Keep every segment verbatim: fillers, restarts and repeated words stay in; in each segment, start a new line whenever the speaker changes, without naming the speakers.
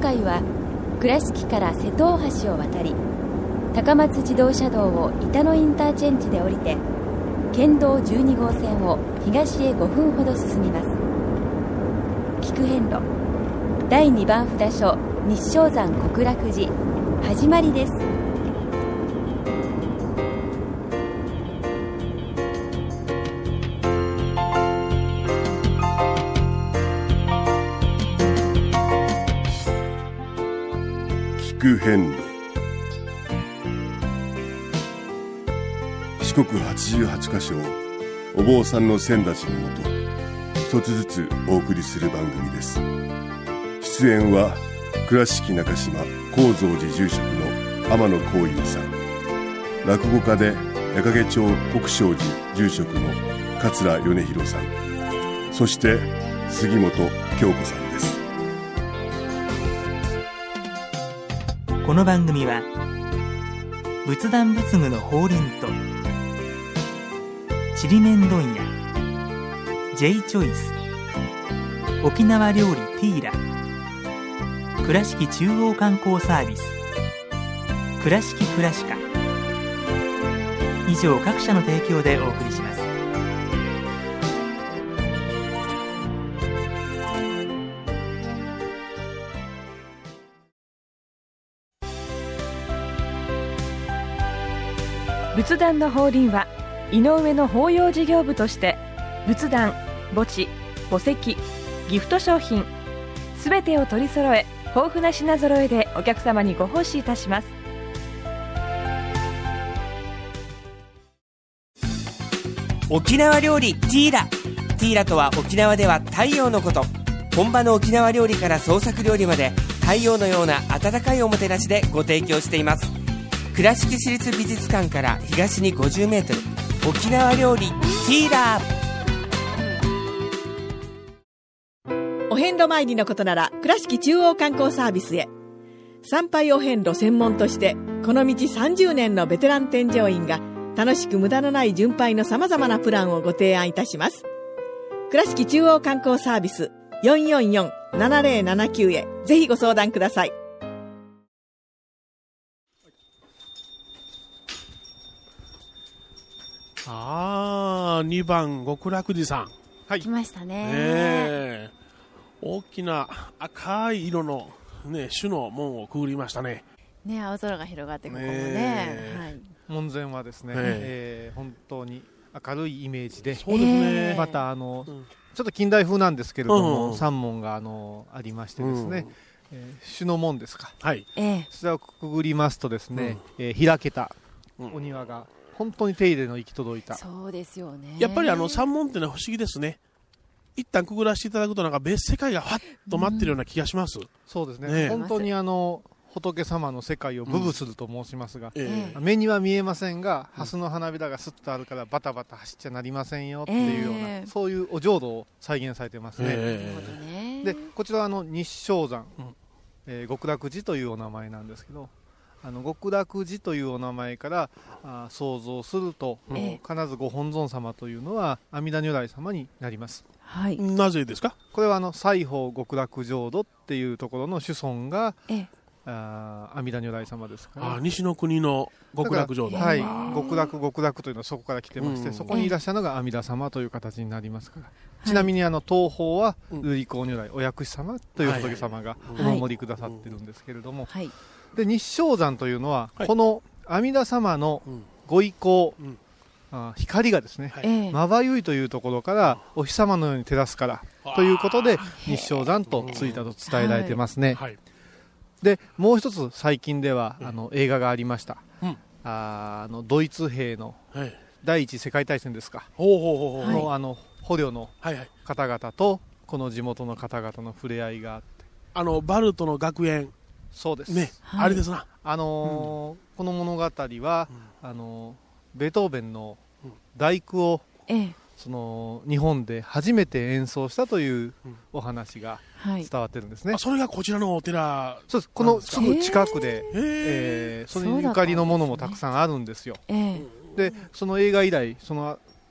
回は倉敷から瀬戸大橋を渡り、高松自動車道を板野インターチェンジで降りて、県道じゅうにごうせんを東へごふんほど進みます。菊遍路だいにばん札所日照山極楽寺、始まりです。
菊遍路、四国はちじゅうはちカ所をお坊さんの先立ちのもと一つずつお送りする番組です。出演は倉敷中島・高蔵寺住職の天野幸雄さん、落語家で矢掛町国生寺住職の桂米広さん、そして杉本京子さんです。
この番組は仏壇仏具の法輪とちりめん問屋 J チョイス、沖縄料理ティーラ、倉敷中央観光サービス、倉敷クラシカ、以上各社の提供でお送りします。
仏壇の法輪は井上の法要事業部として仏壇、墓地、墓石、ギフト商品すべてを取り揃え、豊富な品揃えでお客様にご奉仕いたします。
沖縄料理ティーラ。ティーラとは沖縄では太陽のこと。本場の沖縄料理から創作料理まで太陽のような温かいおもてなしでご提供しています。倉敷市立美術館から東にごじゅうメートル、沖縄料理ティーラ
ー。お遍路参りのことなら倉敷中央観光サービスへ。参拝お遍路専門としてこの道さんじゅうねんのベテラン添乗員が楽しく無駄のない巡拝のさまざまなプランをご提案いたします。倉敷中央観光サービス よんよんよんななぜろななきゅう へぜひご相談ください。
あー、にばん極楽寺さん、はい、
来ましたね。
ねえ、大きな赤い色の、ね、種の門をくぐりましたね。
ね、青空が広がってここもね、
ね
はい、門前はですね、
ね
えー、本当に明るいイメージで、
そうですね、
またあの、
うん、
ちょっと近代風なんですけれども、
うん、
三門があのありましてですね、うん、えー、種の門ですか、
はい、
それをくぐりますとですね、うん、えー、開けたお庭が本当に手入れの行き届いた。
そうですよね。
やっぱりあの三門ってのは不思議ですね。一旦くぐらせていただくとなんか別世界がファッと待ってるような気がします。うん、
そうですね、
ね、
本当にあの仏様の世界をブブすると申しますが、うん、
えー、
目には見えませんが、蓮の花びらがスッとあるからバタバタ走っちゃなりませんよっていうような、えー、そういうお浄土を再現されてますね。えー、でこちらはあの日照山、うん、えー、極楽寺というお名前なんですけど、あの極楽寺というお名前からあ想像すると、えー、必ずご本尊様というのは阿弥陀如来様になります。
はい、なぜですか？
これはあの西方極楽浄土っていうところの子孫が、えーあ阿弥陀如来様ですから、
あ西の国の極楽浄土、
はい、極楽極楽というのはそこから来てまして、うん、そこにいらっしゃるのが阿弥陀様という形になりますから、はい、ちなみにあの東方は瑠璃光如来、お薬師様という仏様がお守りくださってるんですけれども、はい、で日照山というのは、はい、この阿弥陀様のご意向、うん、あ光がですね、はい、まばゆいというところからお日様のように照らすからということで日照山とついたと伝えられてますね。はいはい、でもう一つ最近では、うん、あの映画がありました、うん、あ, あのドイツ兵の第一次世界大戦ですか、のあの捕虜の方々とこの地元の方々の触れ合いがあって、
あのバルトの学園、
そうです、
ね、はい、あれですな、
あのーうん、この物語は、うん、あのベートーベンの第九を、ええ、その日本で初めて演奏したというお話が伝わってるんですね。はい、
あ、それがこちらのお寺。
そうです。このすぐ近くで、えーえー、それにゆかりのものもたくさんあるんですよ。えー、でその映画以来その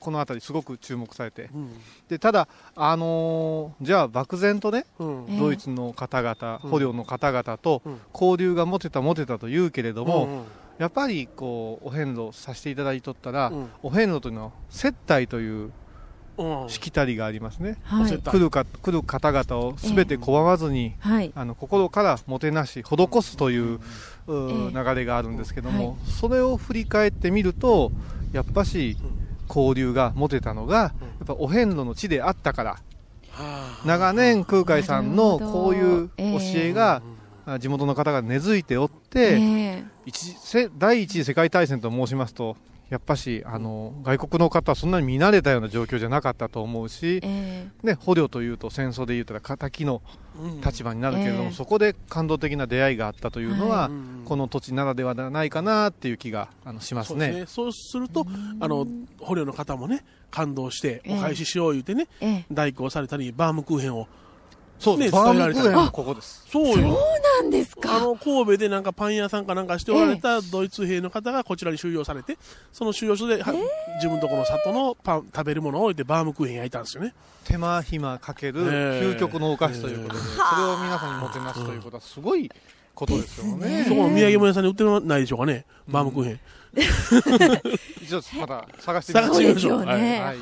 この辺りすごく注目されて、
うん、
でただ、あのー、じゃあ漠然とね、
うん、
ドイツの方々、
うん、
捕虜の方々と交流が持てた持てたと言うけれども、うんうん、やっぱりこうお遍路させていただいとったら、うん、お遍路というのは接待というしきたりがありますね、はい、来るか来る方々をすべて拒まずに、えーはい、あの心からもてなし施すという、うん、う流れがあるんですけども、はい、それを振り返ってみるとやっぱし交流が持てたのがやっぱお遍路の地であったから、うん、長年空海さんのこういう教えが、えー、地元の方が根付いておって、えー、一第一次世界大戦と申しますとやっぱしあの外国の方はそんなに見慣れたような状況じゃなかったと思うし、えーね、捕虜というと戦争で言ったら敵の立場になるけれども、うんえー、そこで感動的な出会いがあったというのは、はい、この土地ならではではないかなっていう気があのしますね。
そうですね。そうするとあの捕虜の方もね感動してお返ししよう言うてね、えー、代行されたりバームクーヘンを
そうです、ね、バームクーヘンもここです。
そうよ。
そうなんですか。
あの神戸でなんかパン屋さんかなんかしておられたドイツ兵の方がこちらに収容されて、その収容所で、えー、自分のところの里のパン食べるものを置いてバームクーヘン焼いたんですよね。
手間暇かける究極のお菓子ということで、えー、それを皆さんにもてなすということはすごいことですよね。
そこの土産物屋さんに売ってないでしょうかね、うん、バームクーヘン。
一応また探してみましょう。
そうですよね。はいはい、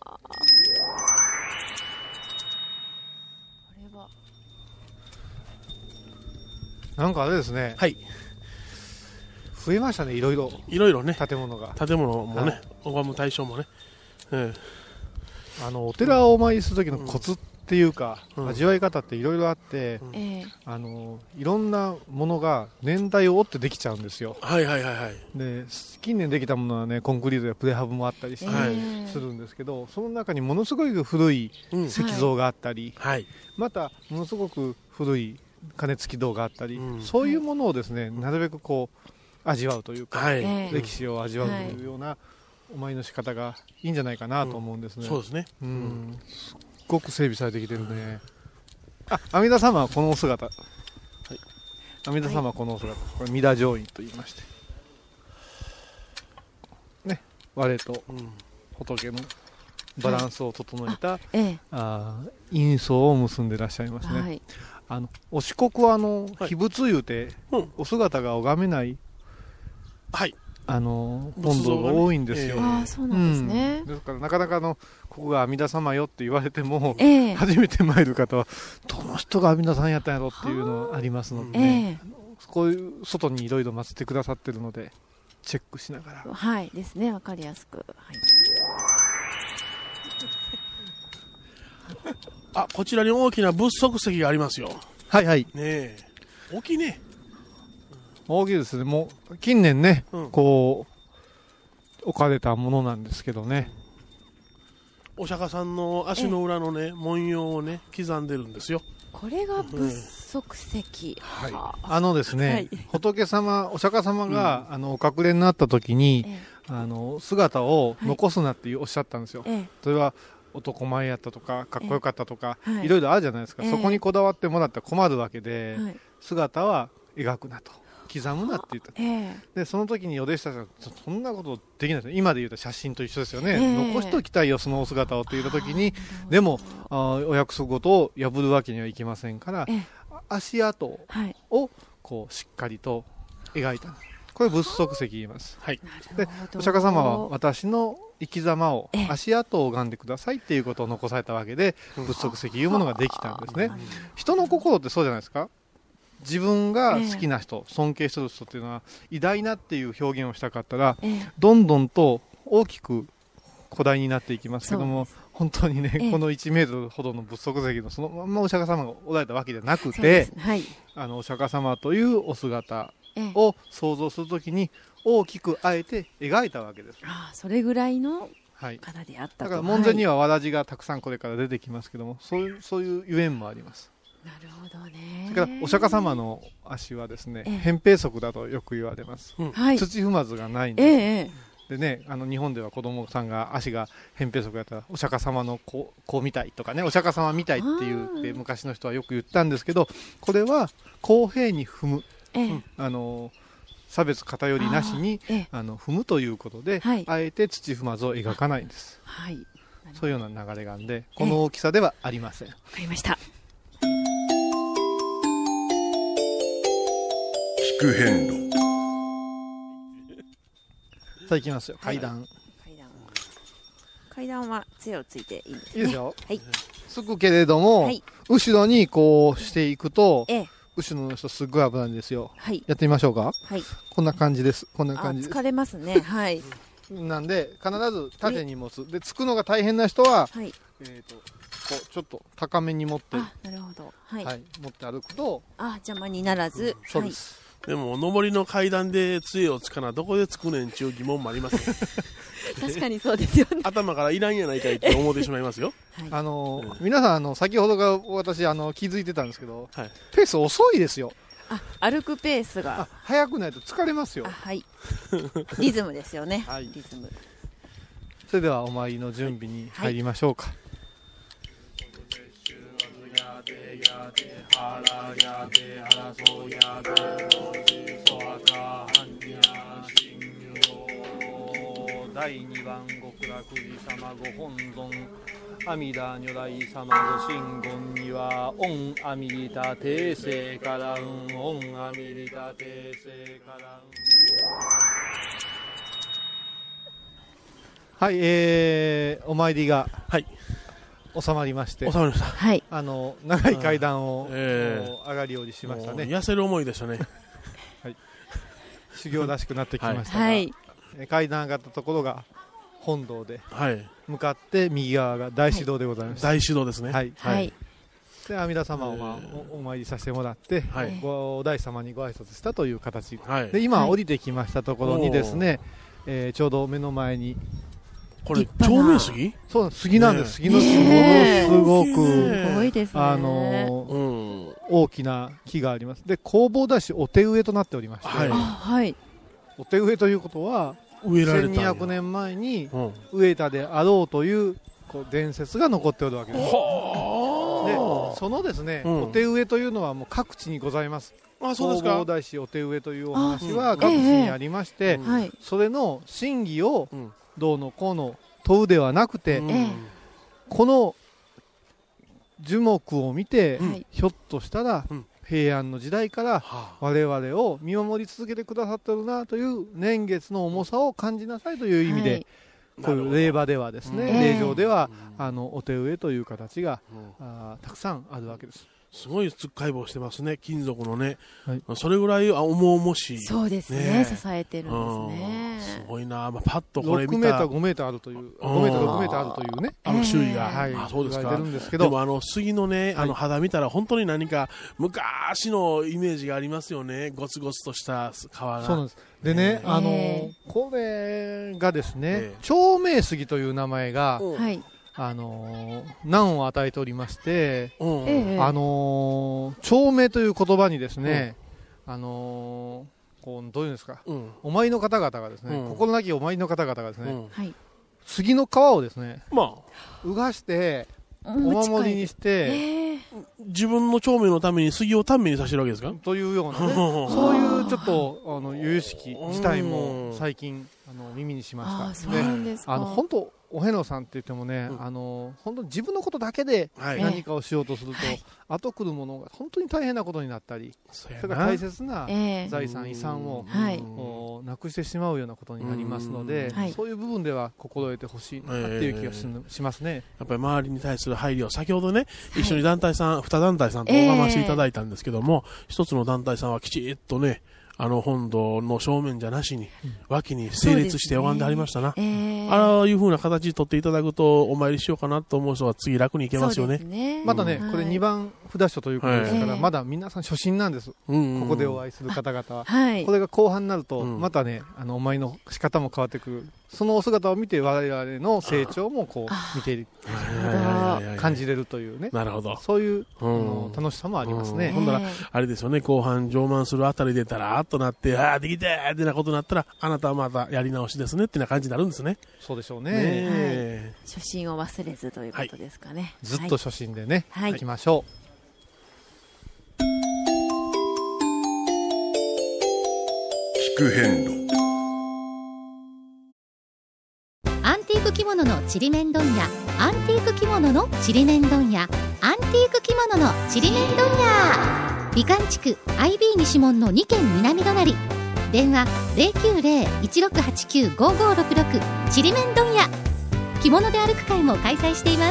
なんかあれですね、
はい、
増えましたね、いろいろ
いろいろね、
建物が
建物もね、はい、拝む対象もね、え
ー、あのお寺をお参りする時のコツっていうか、うん、味わい方っていろいろあって、うん、あのいろんなものが年代を追ってできちゃうんですよ。
はいはいはいはい。
で近年できたものはねコンクリートやプレハブもあったりして、はい、するんですけど、その中にものすごい古い石像があったり、うんはい、またものすごく古い鐘つき堂があったり、うん、そういうものをですねなるべくこう味わうというか、はい、歴史を味わうというようなお参りの仕方がいいんじゃないかなと思うんですね。
うん、そうですね、
うん、すっごく整備されてきてるね。あ、阿弥陀様はこのお姿、はい、阿弥陀様はこのお姿、これ弥陀上院と言いましてね、我と仏のバランスを整えた、はい、あ、ええ、あ印相を結んでいらっしゃいますね。はい、あのお四国はあの、はい、秘仏いうて、うん、お姿が拝めない、
はい、
あの本堂が多いんですよ。
えー、あ、そうなんですね。
うん、ですからなかなかのここが阿弥陀様よって言われても、えー、初めて参る方はどの人が阿弥陀さんやったんやろっていうのがありますので、ね、えー、こういう外にいろいろ祀ってくださってるのでチェックしながら、
はいですね、わかりやすく、はい、
あ、こちらに大きな仏足石がありますよ。
はいはい。ね
え、大きいね。
大きいですね。もう近年ね、うん、こう置かれたものなんですけどね。
お釈迦さんの足の裏のね文様をね刻んでるんですよ。
これが仏足石。
うん、はい。
あのですね、はい、仏様、お釈迦様が、うん、あのお隠れになった時に、ええ、あの姿を残すなっておっしゃったんですよ。ええ、それは男前やったとかかっこよかったとか、はい、いろいろあるじゃないですか、えー、そこにこだわってもらったら困るわけで、はい、姿は描くなと刻むなって言った、えー、でその時にお弟子たちがそんなことできないです、今で言うと写真と一緒ですよね、えー、残しておきたいよそのお姿をって言った時に、でもあお約束事を破るわけにはいきませんから、えー、足跡をこうしっかりと描いた、これ仏足石言います、はい、でお釈迦様は私の生き様を足跡を拝んでくださいっていうことを残されたわけで、仏足石いうものができたんですね。人の心ってそうじゃないですか。自分が好きな人、尊敬する人っていうのは偉大なっていう表現をしたかったら、どんどんと大きく古代になっていきますけども、本当にね、このいちメートルほどの仏足石のそのまんまお釈迦様がおられたわけじゃなくて、あのお釈迦様というお姿を想像するときに大きくあえて描いたわけです。
ああ、それぐらいの方であったと、
はい、だから門前にはわらじがたくさんこれから出てきますけども、そういう、そういうゆえんもあります。
なるほどね。
それからお釈迦様の足はですね、扁平足だとよく言われます、うん、土踏まずがないんです、ええ、でね、あの日本では子供さんが足が扁平足やったらお釈迦様の子みたいとかね、お釈迦様みたいって言って昔の人はよく言ったんですけど、これは公平に踏む、ええ、あの差別偏りなしに
あ、ええ、
あの踏むということで、はい、あえて土踏まずを描かないんです、はい、そういうような流れがあるんでこの大きさではありません。わ
かりました。
聞く遍路。
さあ行きますよ。階段、はい、
階段階段は杖をついていいんですね。
いいですよ、
はい、
つくけれども、はい、後ろにこうしていくと、ええ、後ろの人すっごい危ないんですよ、はい、やってみましょうか、はい、こんな感じです。こんな感じです。
疲れますね。はい
なんで必ず縦に持つで、つくのが大変な人は、はい、えーとこうちょっと高めに持って、
あ、なるほど、はいはい、
持って歩くと
あ邪魔にならず、うん、
そうです、
はい、でも上りの階段で杖をつかなどこでつくねんちゅう疑問もありますね
確かにそうですよね。
頭からいらんやないかいって思ってしまいますよ
はい、あのーうん、皆さんあの先ほどが私あの気づいてたんですけど、はい、ペース遅いですよ。
あ、歩くペースが
速くないと疲れますよ。
あ、はいリズムですよね、はい、リズム。
それではお参りの準備に入りましょうか、はい。だいにばん極楽寺様ご本尊阿弥陀如来様ご神言にはオンアミリタ帝聖からんオンアミリタ帝聖からん。はい、えー、お参りが、はい、収まりまして
収まりました。
はい、
あの長い階段を、えー、上がり降りしましたね。
痩せる思いでしたね
はい、修行らしくなってきましたが、
はい、
階段上がったところが本堂で、はい、向かって右側が大師堂でございます、
はい、大師堂ですね。
はい、はい、で阿弥陀様を、まあ、お, お参りさせてもらって、はい、ごお大師様にご挨拶したという形、はい、で今、降りてきましたところにですね、えー、ちょうど目の前に
これ長命杉？
そう杉なんです、ね、杉の木ものすごく、
すごいですね、
あのーうん、大きな木があります。で弘法大師お手植えとなっておりまして、はいはい、お手植えということは
植えられたんや
せんにひゃくねんまえに植えたであろうというこう伝説が残っておるわけです。でそのですね、うん、お手植えというのはもう各地にございます。
あ、そうですか。
弘法大師お手植えというお話は各地にありまして、うんええ、それの真偽をどうのこうの問うではなくて、うん、この樹木を見て、うん、ひょっとしたら、うん、平安の時代から我々を見守り続けてくださってるなという年月の重さを感じなさいという意味で、はい、こういう霊場ではですね、霊場では、うん、あのお手植えという形が、うん、あたくさんあるわけです。
すごいつっかい棒してますね、金属のね、はい、それぐらい重々しい、
そうですね、支えてるんですね。
すごいな、まあ、パッとこれ見た
ろくメーターごメーターあるというごメーターろくメーターあるというね、
あの周囲が、
はい、
あ、そうですか。
るんですけど、
でもあの杉のね、あの肌見たら本当に何か昔のイメージがありますよね、ゴツゴツとした皮が。
そうなんです。でね、あのこれがですね、長命杉という名前が、はい、あのー、難を与えておりまして、うん、あのー、長命という言葉にですね、うん、あのー、こうどういうんですか、うん、お参りの方々がですね、うん、心なきお参りの方々がですね、うん、杉の皮をですね、まあ、うがしてお守りにして、えー、
自分の長命のために杉を丹命にさせてるわけですか
というようなねそういうちょっとあの由々しき事態も最近あの耳にしました。
で、あの
本当お遍路さんって言ってもね、うん、あの本当に自分のことだけで何かをしようとすると、はい、後来るものが本当に大変なことになったり、それから大切な財産、えー、遺産を、はい、なくしてしまうようなことになりますので、はい、そういう部分では心得てほしいなっていう気が し,、えー、しますね。
やっぱり周りに対する配慮、先ほどね、はい、一緒に団体さん、に団体さんとお話しいただいたんですけども、えー、一つの団体さんはきちっとね、あの本堂の正面じゃなしに、うん、脇に整列して拝んでありましたな、ね、えー、ああいう風な形取っていただくとお参りしようかなと思う人は次楽に行けますよね。
ね、まだね、うん、これにばん札所ということですから、はい、まだ皆さん初心なんです、うんうんうん、ここでお会いする方々は、はい、これが後半になると、うん、またね、あのお参りの仕方も変わってくる。そのお姿を見て我々の成長もこう見ている、感じれるというね、
なるほど、
そういう、うん、楽しさもありますね。
今度はあれですよね、後半上満するあたりでたらーっとなって、ああできてーってなことになったら、あなたはまたやり直しですねってな感じになるんですね。
そうでしょうね。
ね、はい、初心を忘れずということですかね。はい、
ずっと初心でね、はい、行きましょう。
聞ク遍路。
アンティーク着物のちりめん問屋、アンティーク着物のちりめん問屋、アンティーク着物のちりめん問屋。美観地区 アイビー 西門のに軒南隣。電話 ゼロきゅうゼロ いちろくはちきゅう ごごろくろく。ちりめん問屋。着物で歩く会も開催しています。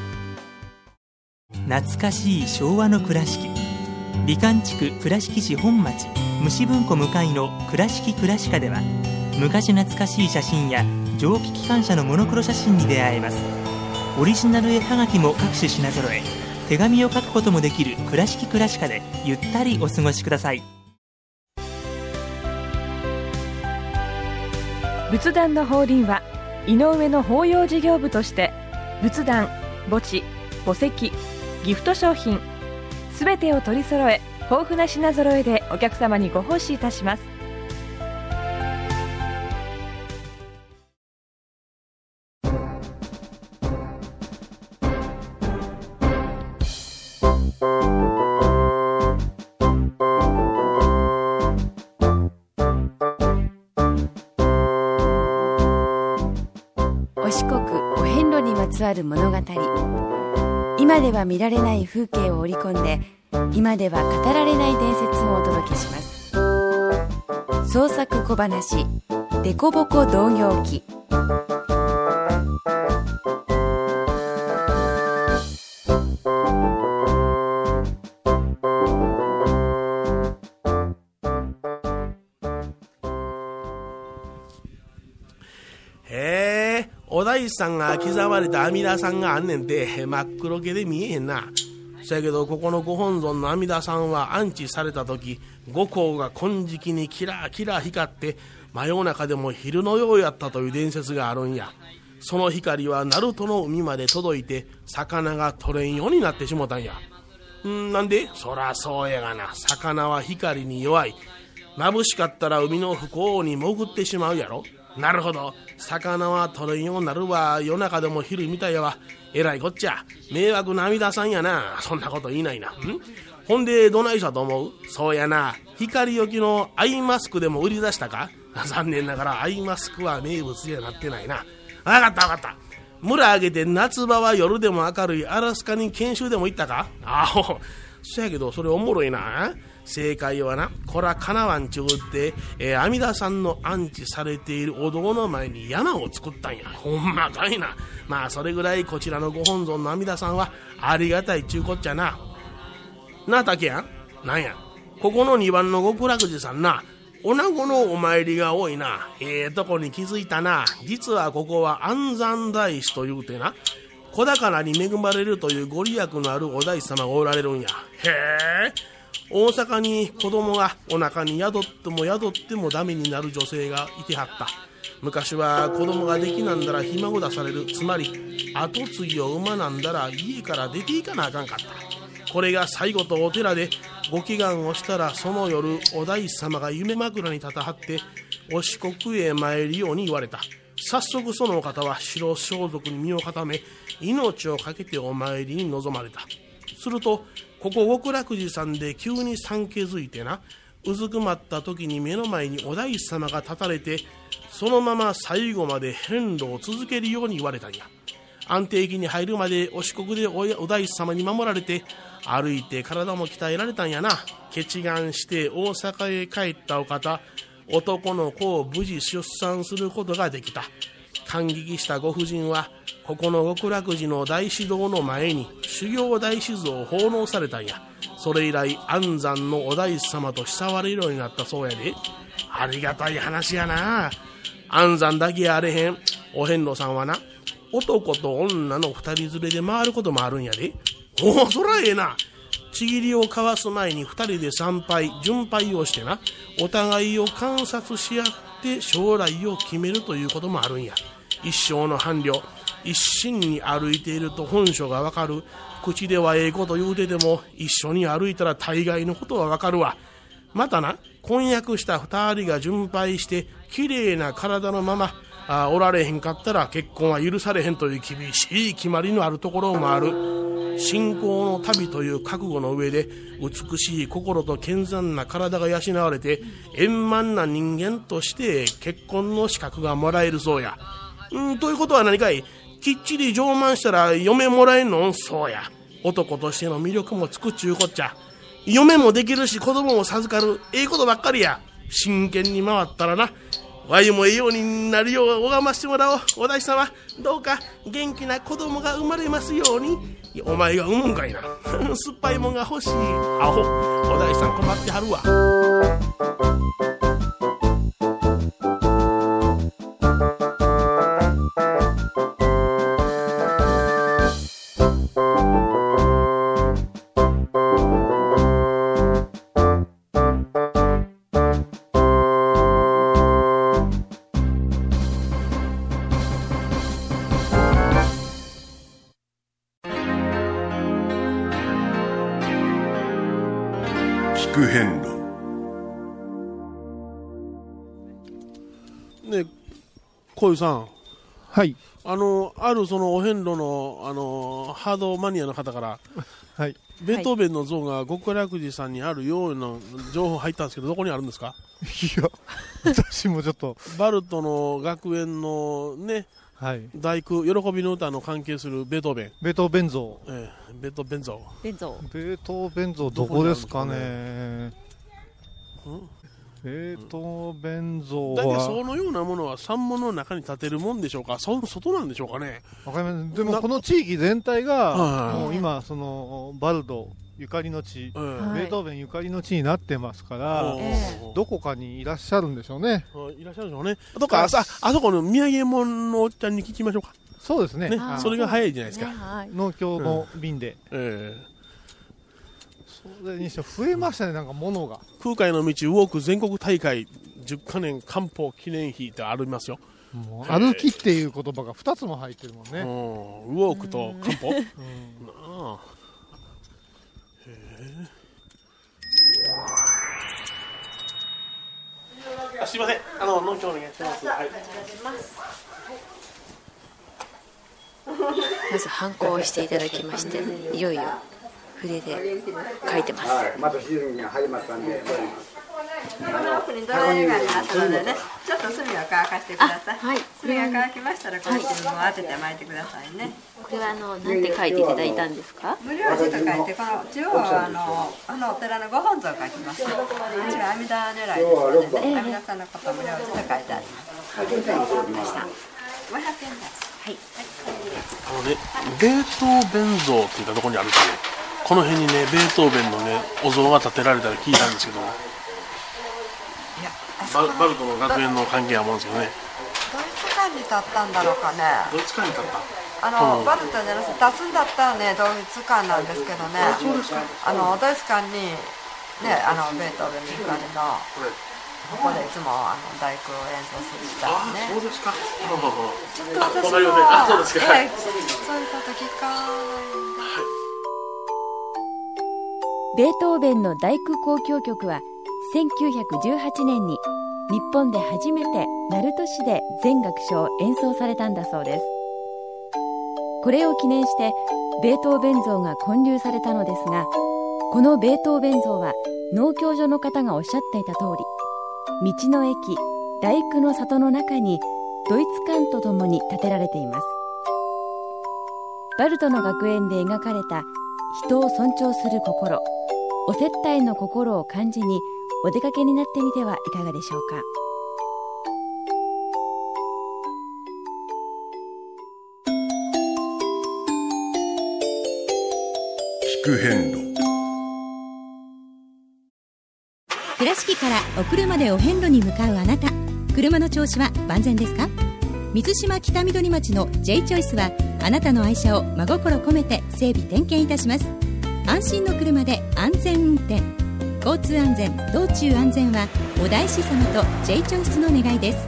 懐かしい昭和の倉敷。美観地区倉敷市本町虫文庫向かいの倉敷倉歯科では、昔懐かしい写真や蒸気機関車のモノクロ写真に出会えます。オリジナル絵はがきも各種品揃え、手紙を書くこともできる倉敷倉歯科でゆったりお過ごしください。
仏壇の法輪は井上の法要事業部として仏壇、墓地、墓石、ギフト商品すべてを取り揃え、豊富な品揃えでお客様にご奉仕いたします。
お四国お遍路にまつわる物語。今では見られない風景を織り込んで、今では語られない伝説をお届けします。創作小話デコボコ同業記。
へえ、お大師さんが刻まれた阿弥陀さんがあんねんて、真っ黒けで見えへんな。そやけどここのご本尊の阿弥陀さんは安置された時、五光が金色にキラキラ光って真夜中でも昼のようやったという伝説があるんや。その光は鳴門の海まで届いて魚が取れんようになってしもたんや。んなんで？そらそうやがな、魚は光に弱い。眩しかったら海の不幸に潜ってしまうやろ。なるほど、魚は取れんようになるわ。夜中でも昼みたいやわ。えらいこっちゃ、迷惑な阿弥陀さんやな。そんなこと言いないな。んほんでどないしたと思う？そうやな、光よきのアイマスクでも売り出したか？残念ながらアイマスクは名物にはなってないな。わかったわかった、村上げて夏場は夜でも明るいアラスカに研修でも行ったか？ああ、そやけどそれおもろいな。正解はな、こらかなわんちゅうって、えー、阿弥陀さんの安置されているお堂の前に山を作ったんや。ほんまかいな。まあそれぐらいこちらのご本尊の阿弥陀さんはありがたいちゅうこっちゃな。なあ竹やん、なんや、ここのにばんの極楽寺さんな、女子のお参りが多いな。ええー、とこに気づいたな。実はここは安山大師というてな、子宝に恵まれるというご利益のあるお大師様がおられるんや。へえ。大阪に子供がお腹に宿っても宿ってもダメになる女性がいてはった。昔は子供ができなんだらひ孫出される、つまり後継ぎを産まなんだら家から出ていかなあかんかった。これが最後とお寺でご祈願をしたら、その夜お大師様が夢枕に立たはってお四国へ参るように言われた。早速その方は白装束に身を固め、命を懸けてお参りに臨まれた。するとここ極楽寺さんで急に産気づいてな、うずくまった時に目の前にお大師様が立たれて、そのまま最後まで遍路を続けるように言われたんや。安定期に入るまでお四国でお大師様に守られて、歩いて体も鍛えられたんやな。結願して大阪へ帰ったお方、男の子を無事出産することができた。感激したご婦人はここの極楽寺の大師堂の前に修行大師像を奉納されたんや。それ以来安山のお大師様と慕われるようになったそうやで。ありがたい話やな。安山だけやあれへん。お遍路さんはな、男と女の二人連れで回ることもあるんやで。おお、そらええな。ちぎりを交わす前に二人で参拝巡拝をしてな、お互いを観察し合って将来を決めるということもあるんや。一生の伴侶、一心に歩いていると本性がわかる。口ではええこと言うてても一緒に歩いたら大概のことはわかるわ。またな、婚約した二人が巡拝してきれいな体のままあおられへんかったら結婚は許されへんという厳しい決まりのあるところもある。 信仰の旅という覚悟の上で美しい心と健全な体が養われて円満な人間として結婚の資格がもらえるそうや。うんということは何かい、きっちり上満したら嫁もらえんの？そうや。男としての魅力もつくっちゅうこっちゃ。嫁もできるし子供も授かる、ええことばっかりや。真剣に回ったらな、わいもええようになるよう拝ましてもらおう。お大師様、どうか元気な子供が生まれますように。お前が産むんかいな。酸っぱいもんが欲しい。アホ、お大師さん困ってはるわ。
聞く遍路
ね、小遊さん、
はい、
あのあるそのお遍路のあのハードマニアの方から、
はい、
ベートーベンの像が極楽寺さんにあるような情報入ったんですけど、どこにあるんですか？
いや、私もちょっと
バルトの学園のね、
はい、
大工喜びの歌の関係するベートーベン、
ベートーベン像、
ええ、ベートーベン像、
ベン像、
ベートーベン像どこですかね。ベートーベン像は
大体そのようなものは山門の中に建てるもんでしょうか、その外なんでしょうかね。
わかります。でもこの地域全体が
はい
もう今そのバルトゆかりの地、
はい
ベートーベンゆかりの地になってますから、
はい
どこかにいらっしゃるんでしょうね。
いらっしゃるでしょうね。とか、あそあそこの土産物のおっちゃんに聞きましょうか。
そうですね。
ね、それが早いじゃないですか。
はい、
農協の便で、
うん、ええ
それにして増えましたね、なんか物が。
空海の道ウォーク全国大会じゅっかねん漢方記念碑ってありますよ。
もう歩きっていう言葉がふたつも入ってるもんね。
うん、ウォークと漢方、うん、なあ、へえ。あ、すいません、あの農協お願いします。はい、
まずハンコをしていただきまして、いよいよ筆で書いてます。
はい、またシーズンが始まったんで、
この奥にドライヤーがあったのでね、ちょっと炭を乾かしてください。はい、炭が乾きましたらこの新聞を当てて巻いてくださいね。
これはあのなんて書いていただいたんですか？
無料字と書いて、この中央はあのあのお寺のご本尊を書きます。うちは阿弥陀如来ですので、ね、阿弥陀さんのことを無料字と書いてあります。
ごひゃくえんでわかりました。
ごひゃくえんです。はい。
あのね、ベートーベン像っていったところにあるんですね。この辺にね、ベートーベンのね、お像が建てられたら聞いたんですけど、バ, バルトの学園の関係は思うんですけどね。
ドイツ館に立ったんだろうかね。
ドイツ館に立った。
あの、うん、バルトじゃなくて立つんだったらね、ドイツ館なんですけどね。あ、そうですか。あのドイツ館にね、あのベートーベンゆかりの。ここでいつもあの大工を演奏するしたりね。
あ、そうですか。
ちょっと私も、
あ、そうですか。
ええ、そういうこと聞かないん
で。ベートーベンの大工交響曲はせんきゅうひゃくじゅうはちねんに日本で初めて鳴門市で全楽章演奏されたんだそうです。これを記念してベートーベン像が建立されたのですが、このベートーベン像は農協所の方がおっしゃっていた通り、道の駅大工の里の中にドイツ館とともに建てられています。バルトの学園で描かれた人を尊重する心、お接待の心を感じにお出かけになってみてはいかがでしょうか。
聞く遍路。
倉敷からお車でお遍路に向かうあなた、車の調子は万全ですか？水島北緑町の J チョイスはあなたの愛車を真心込めて整備点検いたします。安心の車で安全運転、交通安全、道中安全はお大師様と J チョイスの願いです。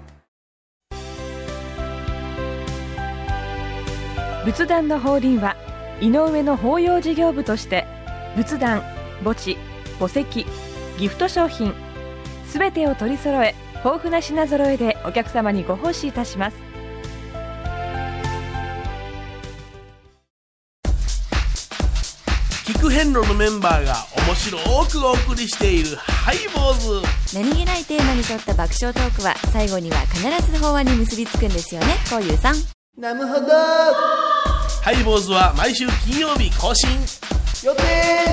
仏壇の法輪は井上の法要事業部として仏壇、墓地、墓石、ギフト商品すべてを取り揃え、豊富な品揃えでお客様にご奉仕いたします。
遍路のメンバーが面白くお送りしているハイボーズ。
何気ないテーマに沿った爆笑トークは最後には必ず法話に結びつくんですよね、こういうさん。
なるほど。
ハイボーズは毎週金曜日更新
予定。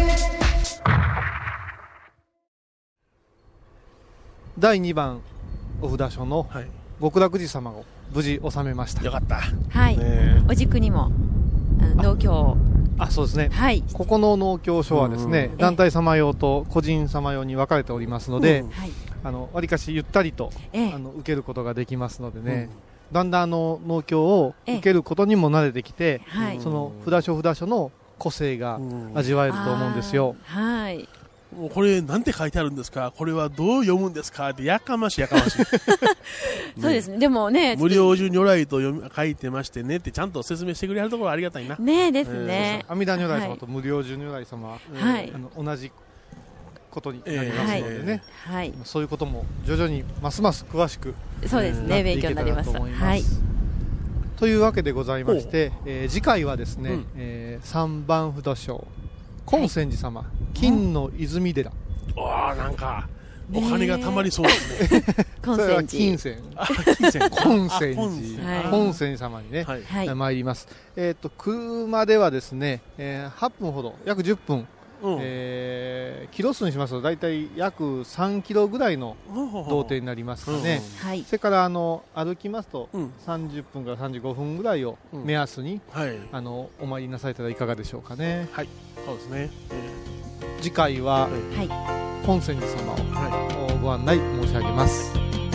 だいにばんお札所の極楽寺様を無事収めました。
よかった。
はい、ね、お軸にも農協、
あ、そうですね、はい、ここの農協所はですね、うん、団体様用と個人様用に分かれておりますので、うん、あのわりかしゆったりと、ええ、あの受けることができますのでね、うん、だんだんあの農協を受けることにも慣れてきて、ええ、その札所札所の個性が味わえると思うんですよ。
うん、はい、
もうこれなんて書いてあるんですか、これはどう読むんですかってやかましいやかましい
そうですね、でもね、
無料如如来と読み書いてましてねってちゃんと説明してくれるところはありがたいな。
ねですね、
えー、阿弥陀如来様と無料如如来様は、はい、あの同じことになりますのでね、えーはい、そういうことも徐々にますます詳しく、
そうですね、勉強になります。はい、
というわけでございまして、えー、次回はですね、うん、えー、さんばん札所金泉寺様、はい、金の泉寺、
うん、わあ、なんかお金がたまりそうですね
それは金泉、金泉、金泉寺、金泉寺様にね、はい、参ります。えっと車ではですね、えー、はっぷんほど、約じゅっぷん、うん、えー、キロ数にしますと大体約さんキロぐらいの道程になりますかね。うんうん、それからあの歩きますとさんじゅっぷんからさんじゅうごふんぐらいを目安に、うん、はい、あのお参りなされたらいかがでしょうかね。
はい、そうですね。
えー、次回は、はい、金泉寺様をご案内申し上げます。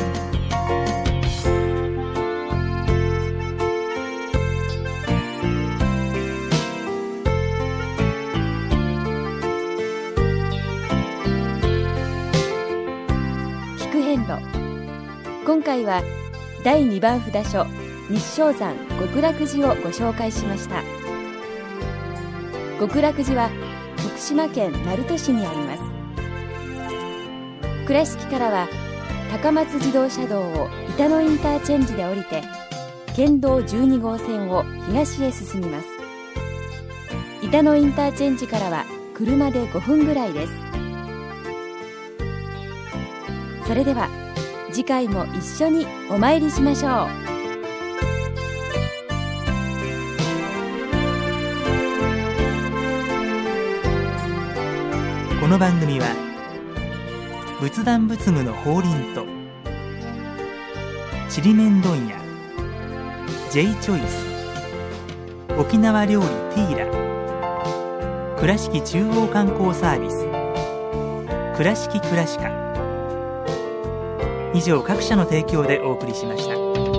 今回はだいにばん札所日照山極楽寺をご紹介しました。極楽寺は徳島県鳴門市にあります。倉敷からは高松自動車道を板野インターチェンジで降りて県道じゅうにごうせんを東へ進みます。板野インターチェンジからは車でごふんぐらいです。それでは次回も一緒にお参りしましょう。
この番組は仏壇仏具の法輪とちりめん問屋 J チョイス、沖縄料理ティーラ、倉敷中央観光サービス、倉敷倉歯科、以上各社の提供でお送りしました。